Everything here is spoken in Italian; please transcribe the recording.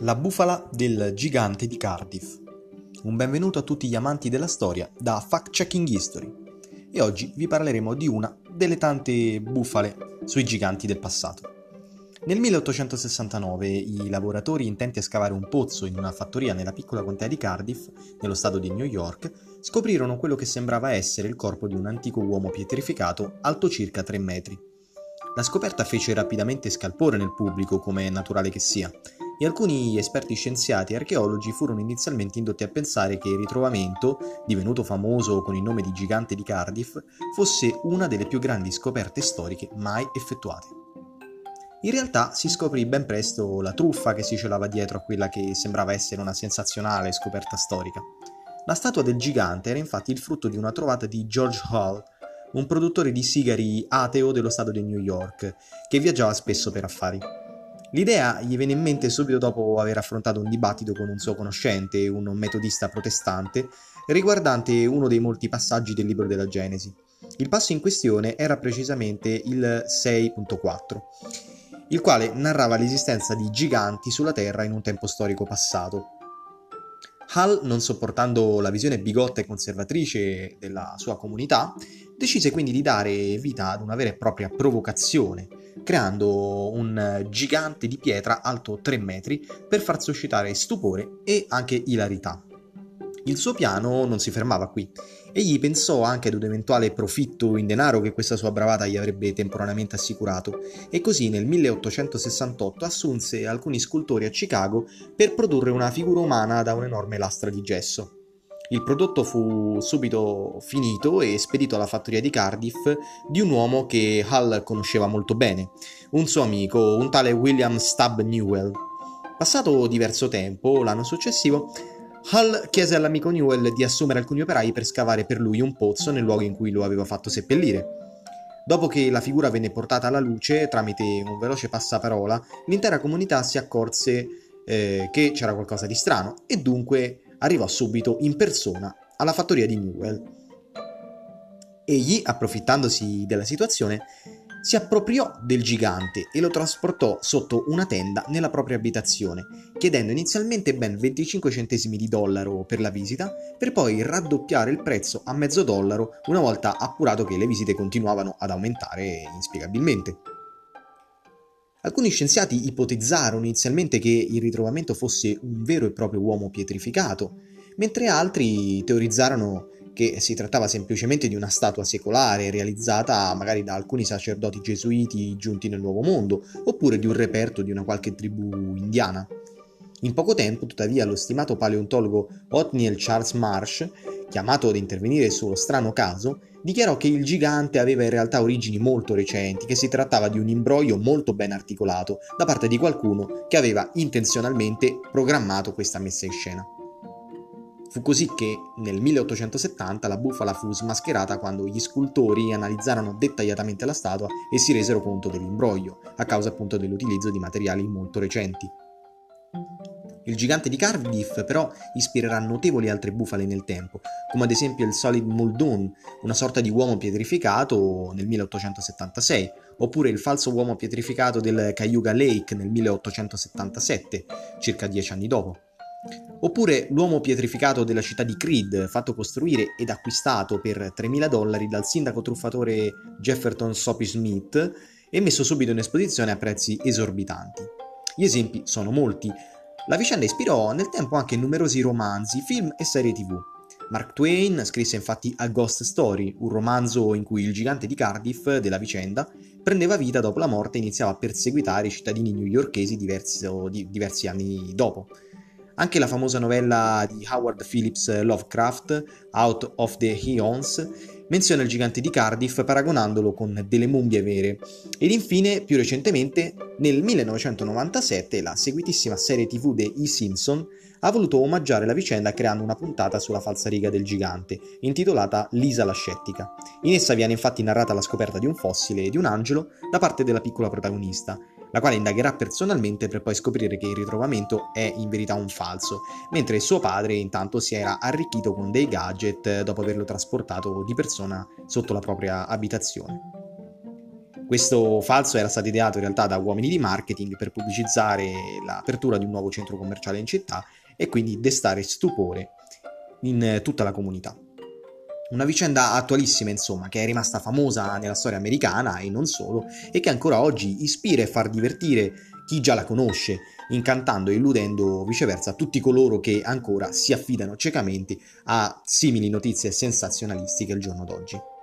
La bufala del gigante di Cardiff. Un benvenuto a tutti gli amanti della storia da Fact Checking History. E oggi vi parleremo di una delle tante bufale sui giganti del passato. Nel 1869 i lavoratori intenti a scavare un pozzo in una fattoria nella piccola contea di Cardiff, nello stato di New York, scoprirono quello che sembrava essere il corpo di un antico uomo pietrificato alto circa 3 metri. La scoperta fece rapidamente scalpore nel pubblico, come è naturale che sia, e alcuni esperti scienziati e archeologi furono inizialmente indotti a pensare che il ritrovamento, divenuto famoso con il nome di Gigante di Cardiff, fosse una delle più grandi scoperte storiche mai effettuate. In realtà si scoprì ben presto la truffa che si celava dietro a quella che sembrava essere una sensazionale scoperta storica. La statua del gigante era infatti il frutto di una trovata di George Hull, un produttore di sigari ateo dello stato di New York, che viaggiava spesso per affari. L'idea gli venne in mente subito dopo aver affrontato un dibattito con un suo conoscente, un metodista protestante, riguardante uno dei molti passaggi del libro della Genesi. Il passo in questione era precisamente il 6.4, il quale narrava l'esistenza di giganti sulla Terra in un tempo storico passato. Hull, non sopportando la visione bigotta e conservatrice della sua comunità, decise quindi di dare vita ad una vera e propria provocazione, creando un gigante di pietra alto 3 metri per far suscitare stupore e anche ilarità. Il suo piano non si fermava qui. Egli pensò anche ad un eventuale profitto in denaro che questa sua bravata gli avrebbe temporaneamente assicurato, e così nel 1868 assunse alcuni scultori a Chicago per produrre una figura umana da un'enorme lastra di gesso. Il prodotto fu subito finito e spedito alla fattoria di Cardiff di un uomo che Hull conosceva molto bene, un suo amico, un tale William Stubb Newell. Passato diverso tempo, l'anno successivo, Hull chiese all'amico Newell di assumere alcuni operai per scavare per lui un pozzo nel luogo in cui lo aveva fatto seppellire. Dopo che la figura venne portata alla luce tramite un veloce passaparola, l'intera comunità si accorse che c'era qualcosa di strano e dunque arrivò subito in persona alla fattoria di Newell. Egli, approfittandosi della situazione, si appropriò del gigante e lo trasportò sotto una tenda nella propria abitazione, chiedendo inizialmente ben 25 centesimi di dollaro per la visita, per poi raddoppiare il prezzo a $0,50 una volta appurato che le visite continuavano ad aumentare inspiegabilmente. Alcuni scienziati ipotizzarono inizialmente che il ritrovamento fosse un vero e proprio uomo pietrificato, mentre altri teorizzarono che si trattava semplicemente di una statua secolare realizzata magari da alcuni sacerdoti gesuiti giunti nel Nuovo Mondo, oppure di un reperto di una qualche tribù indiana. In poco tempo, tuttavia, lo stimato paleontologo Othniel Charles Marsh, chiamato ad intervenire sullo strano caso, dichiarò che il gigante aveva in realtà origini molto recenti, che si trattava di un imbroglio molto ben articolato da parte di qualcuno che aveva intenzionalmente programmato questa messa in scena. Fu così che nel 1870 la bufala fu smascherata quando gli scultori analizzarono dettagliatamente la statua e si resero conto dell'imbroglio, a causa appunto dell'utilizzo di materiali molto recenti. Il gigante di Cardiff però ispirerà notevoli altre bufale nel tempo, come ad esempio il Solid Muldoon, una sorta di uomo pietrificato nel 1876, oppure il falso uomo pietrificato del Cayuga Lake nel 1877, circa 10 anni dopo. Oppure l'uomo pietrificato della città di Creed, fatto costruire ed acquistato per $3.000 dal sindaco truffatore Jefferson Soapy Smith e messo subito in esposizione a prezzi esorbitanti. Gli esempi sono molti. La vicenda ispirò nel tempo anche numerosi romanzi, film e serie TV. Mark Twain scrisse infatti A Ghost Story, un romanzo in cui il gigante di Cardiff della vicenda prendeva vita dopo la morte e iniziava a perseguitare i cittadini newyorkesi diversi anni dopo. Anche la famosa novella di Howard Phillips Lovecraft, Out of the Eons, menziona il gigante di Cardiff paragonandolo con delle mummie vere. Ed infine, più recentemente, nel 1997, la seguitissima serie TV dei Simpson ha voluto omaggiare la vicenda creando una puntata sulla falsariga del gigante, intitolata Lisa la scettica. In essa viene infatti narrata la scoperta di un fossile di un angelo da parte della piccola protagonista, la quale indagherà personalmente per poi scoprire che il ritrovamento è in verità un falso, mentre suo padre intanto si era arricchito con dei gadget dopo averlo trasportato di persona sotto la propria abitazione. Questo falso era stato ideato in realtà da uomini di marketing per pubblicizzare l'apertura di un nuovo centro commerciale in città e quindi destare stupore in tutta la comunità. Una vicenda attualissima, insomma, che è rimasta famosa nella storia americana e non solo, e che ancora oggi ispira e fa divertire chi già la conosce, incantando e illudendo viceversa tutti coloro che ancora si affidano ciecamente a simili notizie sensazionalistiche al giorno d'oggi.